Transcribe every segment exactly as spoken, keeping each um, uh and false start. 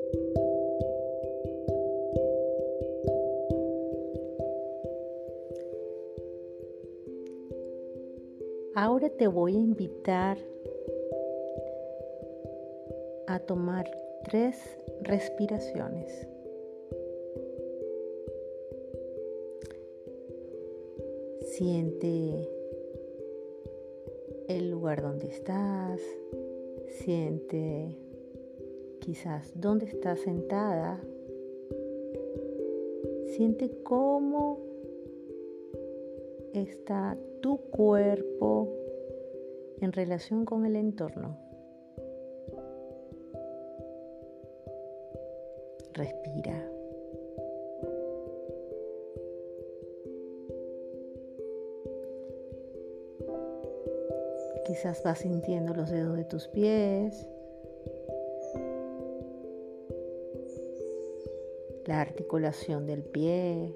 Ahora te voy a invitar a tomar tres respiraciones. Siente el lugar donde estás, siente quizás dónde estás sentada, siente cómo está tu cuerpo en relación con el entorno. Respira. Quizás vas sintiendo los dedos de tus pies, la articulación del pie,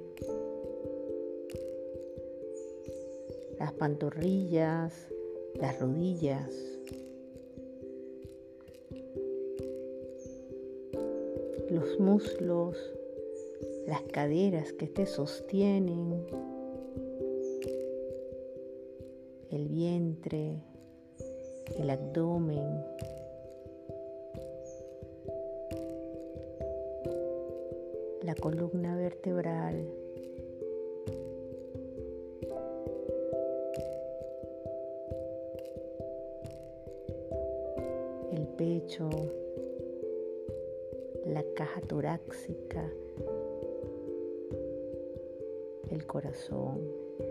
las pantorrillas, las rodillas, los muslos, las caderas que te sostienen, el vientre, el abdomen, la columna vertebral, el pecho, la caja torácica, el corazón.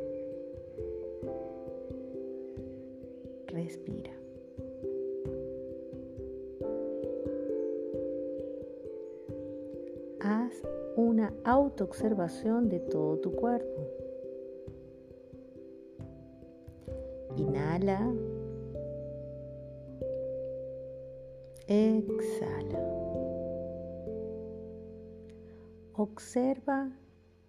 Respira. Haz una autoobservación de todo tu cuerpo. Inhala. Exhala. Observa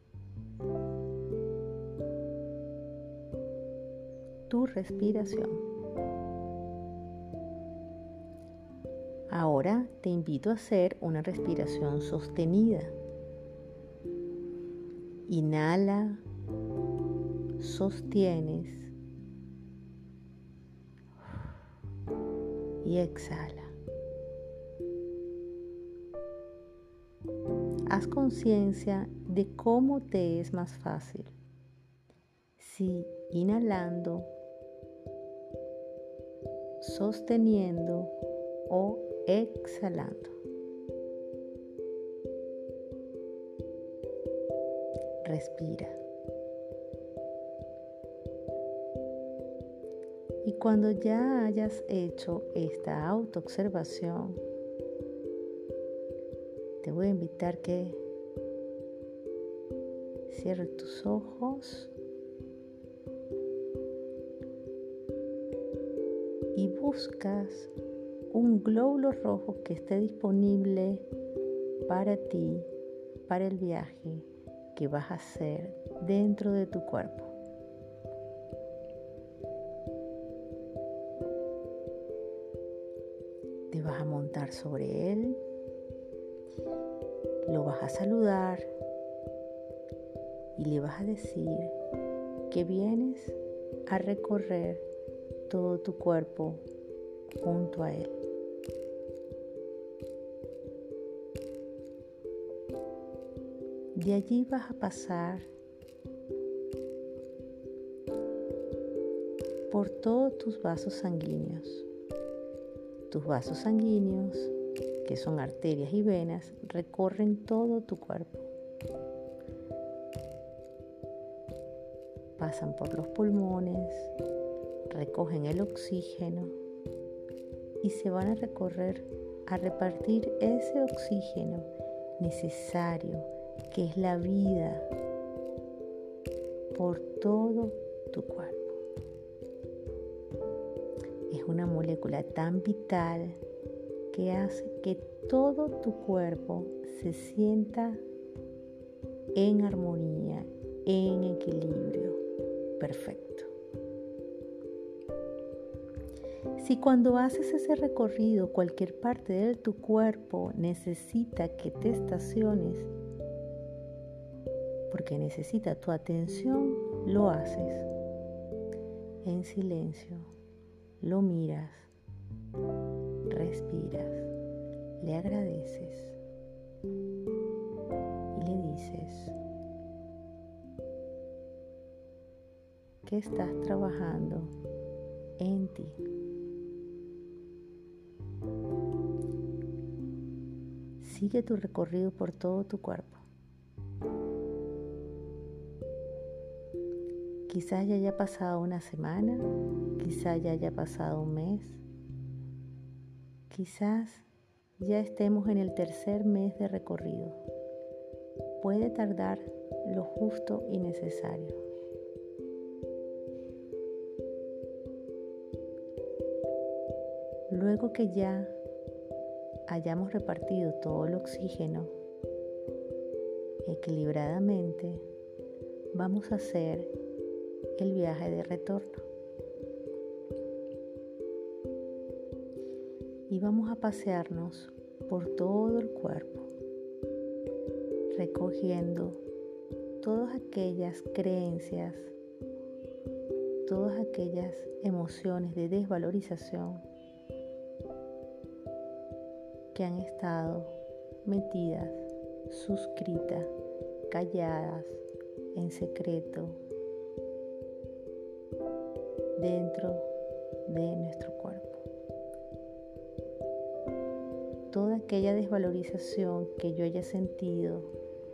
tu respiración. Ahora te invito a hacer una respiración sostenida. Inhala, sostienes y exhala. Haz conciencia de cómo te es más fácil. Si inhalando, sosteniendo o exhalando. Respira. Y cuando ya hayas hecho esta autoobservación, te voy a invitar que cierres tus ojos y buscas un glóbulo rojo que esté disponible para ti, para el viaje que vas a hacer dentro de tu cuerpo. Te vas a montar sobre él, lo vas a saludar y le vas a decir que vienes a recorrer todo tu cuerpo junto a él. De allí vas a pasar por todos tus vasos sanguíneos. Tus vasos sanguíneos, que son arterias y venas, recorren todo tu cuerpo. Pasan por los pulmones, recogen el oxígeno y se van a recorrer a repartir ese oxígeno necesario, que es la vida, por todo tu cuerpo. Es una molécula tan vital que hace que todo tu cuerpo se sienta en armonía, en equilibrio perfecto. Si cuando haces ese recorrido cualquier parte de tu cuerpo necesita que te estaciones, porque necesita tu atención, lo haces en silencio, lo miras, respiras, le agradeces y le dices que estás trabajando en ti. Sigue tu recorrido por todo tu cuerpo. Quizás ya haya pasado una semana, quizás ya haya pasado un mes, quizás ya estemos en el tercer mes de recorrido. Puede tardar lo justo y necesario. Luego que ya hayamos repartido todo el oxígeno equilibradamente, vamos a hacer el viaje de retorno. Y vamos a pasearnos por todo el cuerpo, recogiendo todas aquellas creencias, todas aquellas emociones de desvalorización que han estado metidas, suscritas, calladas, en secreto, dentro de nuestro cuerpo. Toda aquella desvalorización que yo haya sentido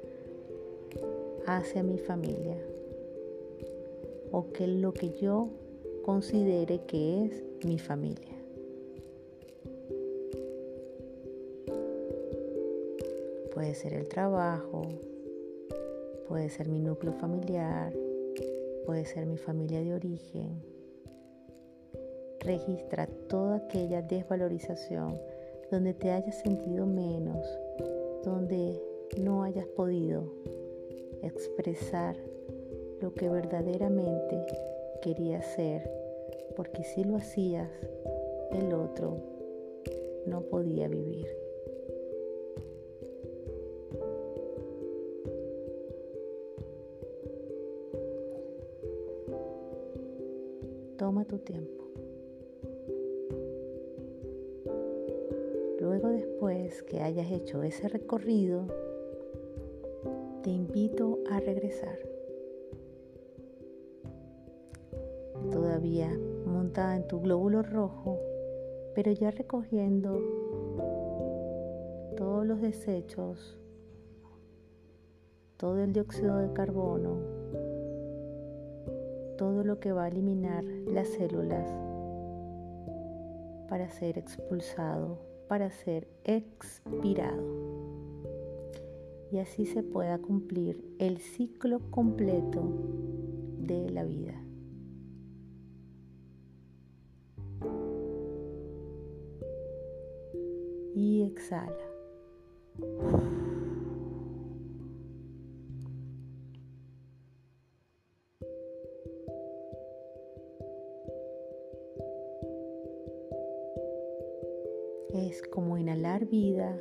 hacia mi familia, o que lo que yo considere que es mi familia. Puede ser el trabajo, puede ser mi núcleo familiar, puede ser mi familia de origen. Registra toda aquella desvalorización donde te hayas sentido menos, donde no hayas podido expresar lo que verdaderamente querías ser, porque si lo hacías, el otro no podía vivir. Toma tu tiempo. Luego, después que hayas hecho ese recorrido, te invito a regresar. Todavía montada en tu glóbulo rojo, pero ya recogiendo todos los desechos, todo el dióxido de carbono, todo lo que va a eliminar las células para ser expulsado, para ser expirado. Y así se pueda cumplir el ciclo completo de la vida. Y exhala. Es como inhalar vida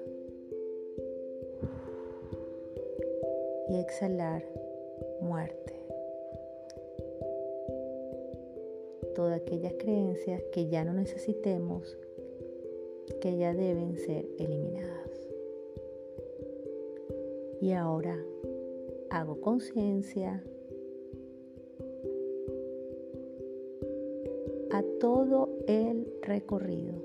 y exhalar muerte. Todas aquellas creencias que ya no necesitemos, que ya deben ser eliminadas. Y ahora hago conciencia a todo el recorrido.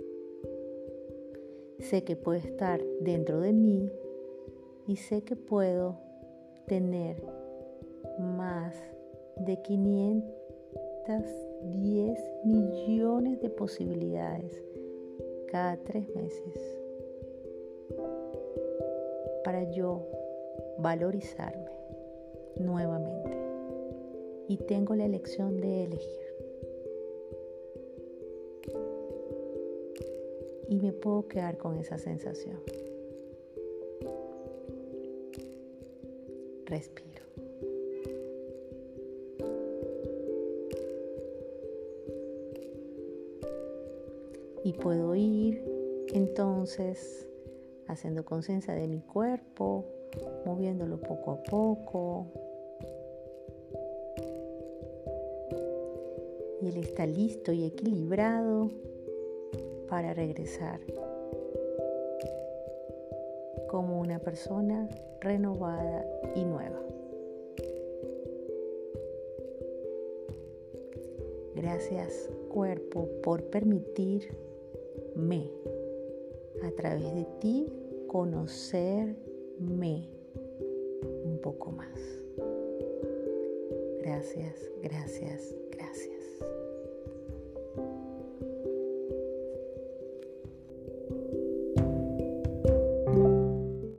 Sé que puedo estar dentro de mí y sé que puedo tener más de quinientos diez millones de posibilidades cada tres meses para yo valorizarme nuevamente. Y tengo la elección de elegir. Y me puedo quedar con esa sensación. Respiro. Y puedo ir entonces haciendo conciencia de mi cuerpo, moviéndolo poco a poco. Y él está listo y equilibrado para regresar como una persona renovada y nueva. Gracias, cuerpo, por permitirme a través de ti conocerme un poco más. Gracias, gracias, gracias.